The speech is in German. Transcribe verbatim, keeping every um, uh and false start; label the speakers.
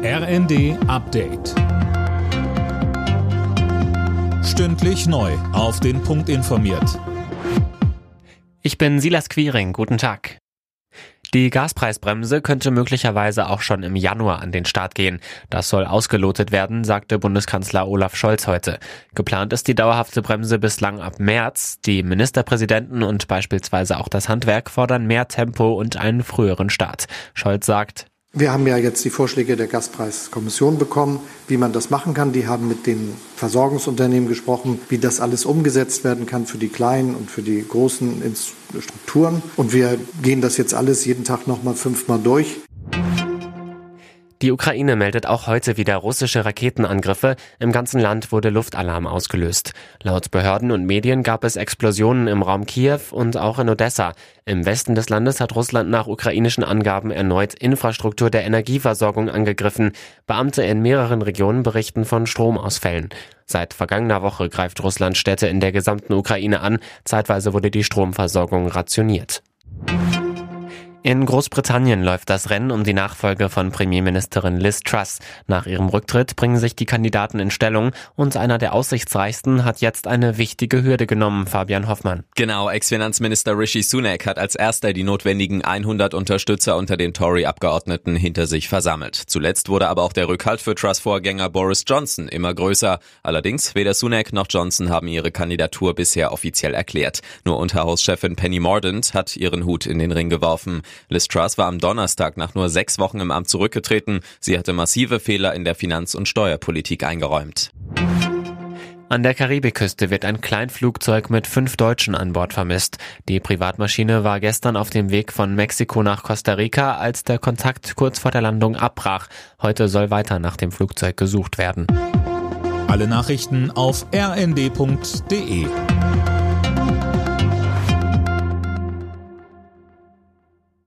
Speaker 1: R N D Update. Stündlich neu auf den Punkt informiert.
Speaker 2: Ich bin Silas Quiring, guten Tag. Die Gaspreisbremse könnte möglicherweise auch schon im Januar an den Start gehen. Das soll ausgelotet werden, sagte Bundeskanzler Olaf Scholz heute. Geplant ist die dauerhafte Bremse bislang ab März. Die Ministerpräsidenten und beispielsweise auch das Handwerk fordern mehr Tempo und einen früheren Start. Scholz sagt:
Speaker 3: Wir haben ja jetzt die Vorschläge der Gaspreiskommission bekommen, wie man das machen kann. Die haben mit den Versorgungsunternehmen gesprochen, wie das alles umgesetzt werden kann für die kleinen und für die großen Strukturen. Und wir gehen das jetzt alles jeden Tag nochmal fünfmal durch.
Speaker 2: Die Ukraine meldet auch heute wieder russische Raketenangriffe. Im ganzen Land wurde Luftalarm ausgelöst. Laut Behörden und Medien gab es Explosionen im Raum Kiew und auch in Odessa. Im Westen des Landes hat Russland nach ukrainischen Angaben erneut Infrastruktur der Energieversorgung angegriffen. Beamte in mehreren Regionen berichten von Stromausfällen. Seit vergangener Woche greift Russland Städte in der gesamten Ukraine an. Zeitweise wurde die Stromversorgung rationiert. In Großbritannien läuft das Rennen um die Nachfolge von Premierministerin Liz Truss. Nach ihrem Rücktritt bringen sich die Kandidaten in Stellung und einer der aussichtsreichsten hat jetzt eine wichtige Hürde genommen, Fabian Hoffmann.
Speaker 4: Genau, Ex-Finanzminister Rishi Sunak hat als erster die notwendigen hundert Unterstützer unter den Tory-Abgeordneten hinter sich versammelt. Zuletzt wurde aber auch der Rückhalt für Truss-Vorgänger Boris Johnson immer größer. Allerdings, weder Sunak noch Johnson haben ihre Kandidatur bisher offiziell erklärt. Nur Unterhauschefin Penny Mordaunt hat ihren Hut in den Ring geworfen. Liz Truss war am Donnerstag nach nur sechs Wochen im Amt zurückgetreten. Sie hatte massive Fehler in der Finanz- und Steuerpolitik eingeräumt.
Speaker 2: An der Karibikküste wird ein Kleinflugzeug mit fünf Deutschen an Bord vermisst. Die Privatmaschine war gestern auf dem Weg von Mexiko nach Costa Rica, als der Kontakt kurz vor der Landung abbrach. Heute soll weiter nach dem Flugzeug gesucht werden.
Speaker 1: Alle Nachrichten auf r n d punkt d e.